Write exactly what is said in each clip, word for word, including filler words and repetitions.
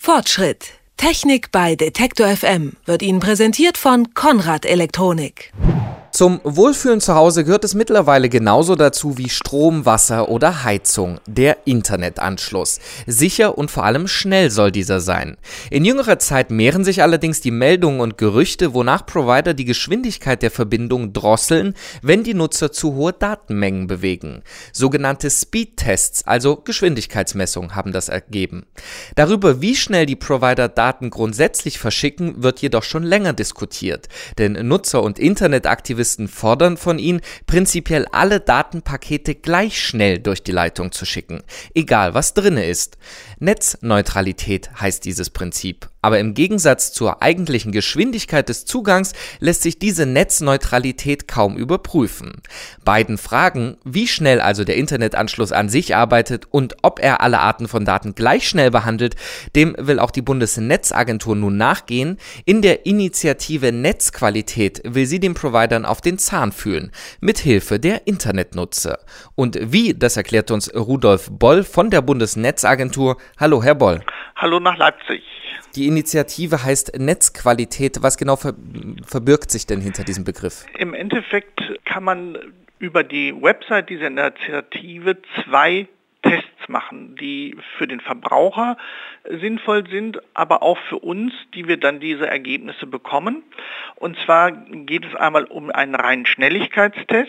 Fortschritt. Technik bei Detektor F M wird Ihnen präsentiert von Konrad Elektronik. Zum Wohlfühlen zu Hause gehört es mittlerweile genauso dazu wie Strom, Wasser oder Heizung, der Internetanschluss. Sicher und vor allem schnell soll dieser sein. In jüngerer Zeit mehren sich allerdings die Meldungen und Gerüchte, wonach Provider die Geschwindigkeit der Verbindung drosseln, wenn die Nutzer zu hohe Datenmengen bewegen. Sogenannte Speedtests, also Geschwindigkeitsmessungen, haben das ergeben. Darüber, wie schnell die Provider Daten grundsätzlich verschicken, wird jedoch schon länger diskutiert. Denn Nutzer und Internetaktivisten fordern von ihnen, prinzipiell alle Datenpakete gleich schnell durch die Leitung zu schicken, egal was drinne ist. Netzneutralität heißt dieses Prinzip. Aber im Gegensatz zur eigentlichen Geschwindigkeit des Zugangs lässt sich diese Netzneutralität kaum überprüfen. Beiden Fragen, wie schnell also der Internetanschluss an sich arbeitet und ob er alle Arten von Daten gleich schnell behandelt, dem will auch die Bundesnetzagentur nun nachgehen. In der Initiative Netzqualität will sie den Providern auf den Zahn fühlen, mithilfe der Internetnutzer. Und wie, das erklärt uns Rudolf Boll von der Bundesnetzagentur. Hallo, Herr Boll. Hallo nach Leipzig. Die Initiative heißt Netzqualität. Was genau ver- verbirgt sich denn hinter diesem Begriff? Im Endeffekt kann man über die Website dieser Initiative zwei Tests machen, die für den Verbraucher sinnvoll sind, aber auch für uns, die wir dann diese Ergebnisse bekommen. Und zwar geht es einmal um einen reinen Schnelligkeitstest.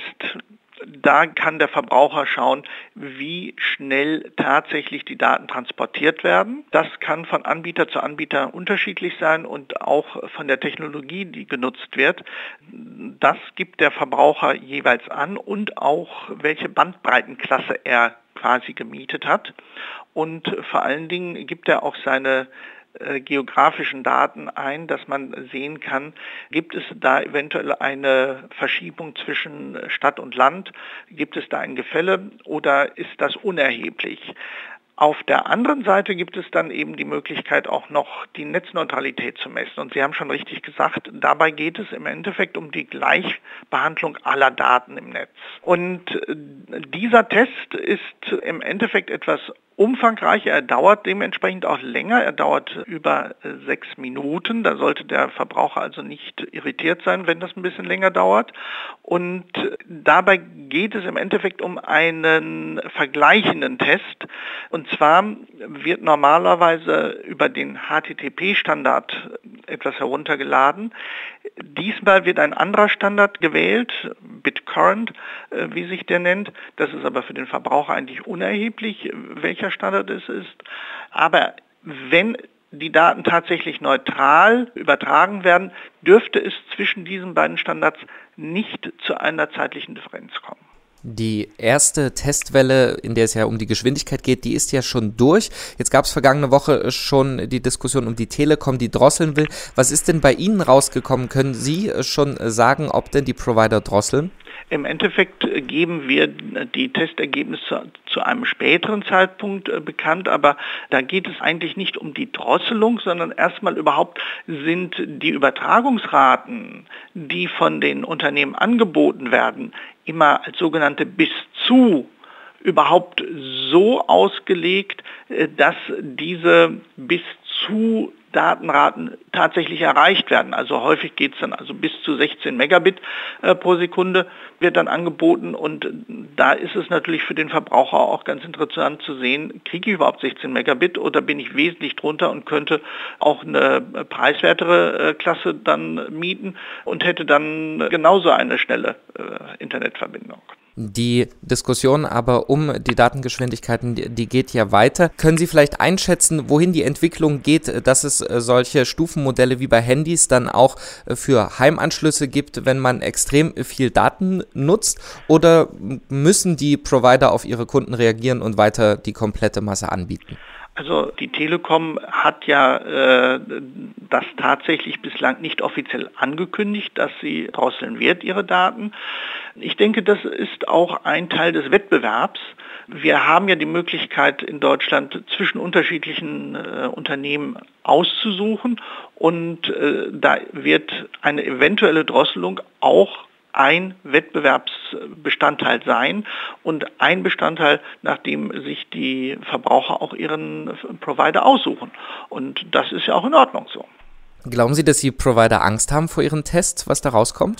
Da kann der Verbraucher schauen, wie schnell tatsächlich die Daten transportiert werden. Das kann von Anbieter zu Anbieter unterschiedlich sein und auch von der Technologie, die genutzt wird. Das gibt der Verbraucher jeweils an und auch welche Bandbreitenklasse er quasi gemietet hat. Und vor allen Dingen gibt er auch seine geografischen Daten ein, dass man sehen kann, gibt es da eventuell eine Verschiebung zwischen Stadt und Land, gibt es da ein Gefälle oder ist das unerheblich? Auf der anderen Seite gibt es dann eben die Möglichkeit, auch noch die Netzneutralität zu messen. Und Sie haben schon richtig gesagt, dabei geht es im Endeffekt um die Gleichbehandlung aller Daten im Netz. Und dieser Test ist im Endeffekt etwas umfangreicher, er dauert dementsprechend auch länger, er dauert über äh, sechs Minuten, da sollte der Verbraucher also nicht irritiert sein, wenn das ein bisschen länger dauert. Und äh, dabei geht es im Endeffekt um einen vergleichenden Test. Und zwar wird normalerweise über den H T T P-Standard etwas heruntergeladen. Diesmal wird ein anderer Standard gewählt, BitTorrent, äh, wie sich der nennt. Das ist aber für den Verbraucher eigentlich unerheblich, welcher Standard es ist. Aber wenn die Daten tatsächlich neutral übertragen werden, dürfte es zwischen diesen beiden Standards nicht zu einer zeitlichen Differenz kommen. Die erste Testwelle, in der es ja um die Geschwindigkeit geht, die ist ja schon durch. Jetzt gab es vergangene Woche schon die Diskussion um die Telekom, die drosseln will. Was ist denn bei Ihnen rausgekommen? Können Sie schon sagen, ob denn die Provider drosseln? Im Endeffekt geben wir die Testergebnisse zu einem späteren Zeitpunkt bekannt, aber da geht es eigentlich nicht um die Drosselung, sondern erstmal überhaupt sind die Übertragungsraten, die von den Unternehmen angeboten werden, immer als sogenannte bis zu überhaupt so ausgelegt, dass diese bis zu Datenraten tatsächlich erreicht werden. Also häufig geht es dann also bis zu sechzehn Megabit äh, pro Sekunde wird dann angeboten und da ist es natürlich für den Verbraucher auch ganz interessant zu sehen, kriege ich überhaupt sechzehn Megabit oder bin ich wesentlich drunter und könnte auch eine preiswertere äh, Klasse dann mieten und hätte dann genauso eine schnelle äh, Internetverbindung. Die Diskussion aber um die Datengeschwindigkeiten, die geht ja weiter. Können Sie vielleicht einschätzen, wohin die Entwicklung geht, dass es solche Stufenmodelle wie bei Handys dann auch für Heimanschlüsse gibt, wenn man extrem viel Daten nutzt? Oder müssen die Provider auf ihre Kunden reagieren und weiter die komplette Masse anbieten? Also die Telekom hat ja äh, das tatsächlich bislang nicht offiziell angekündigt, dass sie drosseln wird, ihre Daten. Ich denke, das ist auch ein Teil des Wettbewerbs. Wir haben ja die Möglichkeit in Deutschland zwischen unterschiedlichen äh, Unternehmen auszusuchen und äh, da wird eine eventuelle Drosselung auch ein Wettbewerbsbestandteil sein und ein Bestandteil, nach dem sich die Verbraucher auch ihren Provider aussuchen. Und das ist ja auch in Ordnung so. Glauben Sie, dass die Provider Angst haben vor ihren Tests, was da rauskommt?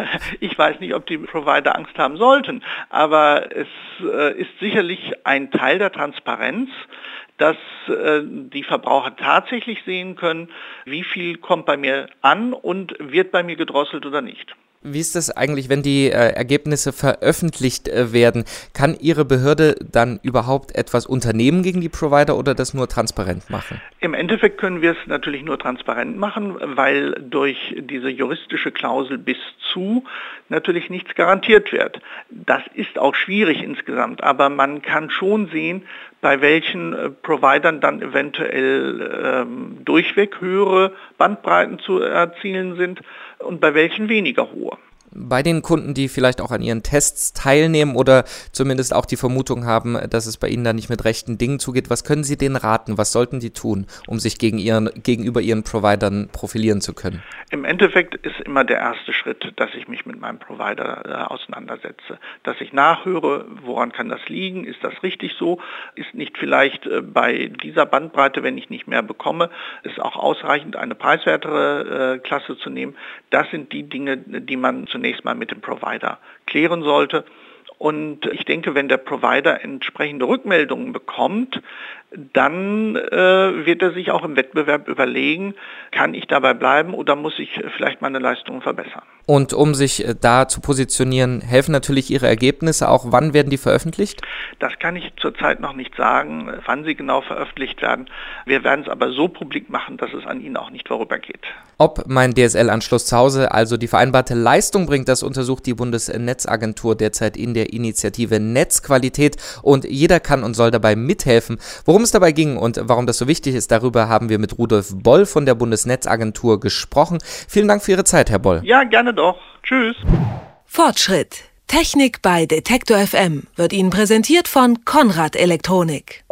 Ich weiß nicht, ob die Provider Angst haben sollten, aber es äh, ist sicherlich ein Teil der Transparenz, dass äh, die Verbraucher tatsächlich sehen können, wie viel kommt bei mir an und wird bei mir gedrosselt oder nicht. Wie ist das eigentlich, wenn die äh, Ergebnisse veröffentlicht äh, werden? Kann Ihre Behörde dann überhaupt etwas unternehmen gegen die Provider oder das nur transparent machen? Im Endeffekt können wir es natürlich nur transparent machen, weil durch diese juristische Klausel bis zu natürlich nichts garantiert wird. Das ist auch schwierig insgesamt, aber man kann schon sehen, bei welchen äh, Providern dann eventuell ähm, durchweg höhere Bandbreiten zu erzielen sind und bei welchen weniger hohe. Bei den Kunden, die vielleicht auch an ihren Tests teilnehmen oder zumindest auch die Vermutung haben, dass es bei ihnen da nicht mit rechten Dingen zugeht, was können Sie denen raten? Was sollten die tun, um sich gegen ihren, gegenüber ihren Providern profilieren zu können? Im Endeffekt ist immer der erste Schritt, dass ich mich mit meinem Provider äh, auseinandersetze. Dass ich nachhöre, woran kann das liegen? Ist das richtig so? Ist nicht vielleicht äh, bei dieser Bandbreite, wenn ich nicht mehr bekomme, ist auch ausreichend, eine preiswertere äh, Klasse zu nehmen? Das sind die Dinge, die man zunächst mal mit dem Provider klären sollte. Und ich denke, wenn der Provider entsprechende Rückmeldungen bekommt, dann äh, wird er sich auch im Wettbewerb überlegen, kann ich dabei bleiben oder muss ich vielleicht meine Leistungen verbessern. Und um sich äh, da zu positionieren, helfen natürlich Ihre Ergebnisse auch. Wann werden die veröffentlicht? Das kann ich zurzeit noch nicht sagen, wann sie genau veröffentlicht werden. Wir werden es aber so publik machen, dass es an Ihnen auch nicht vorübergeht. Ob mein D S L-Anschluss zu Hause also die vereinbarte Leistung bringt, das untersucht die Bundesnetzagentur derzeit in der Initiative Netzqualität und jeder kann und soll dabei mithelfen. Worum es dabei ging und warum das so wichtig ist, darüber haben wir mit Rudolf Boll von der Bundesnetzagentur gesprochen. Vielen Dank für Ihre Zeit, Herr Boll. Ja, gerne doch. Tschüss. Fortschritt. Technik bei Detektor F M wird Ihnen präsentiert von Konrad Elektronik.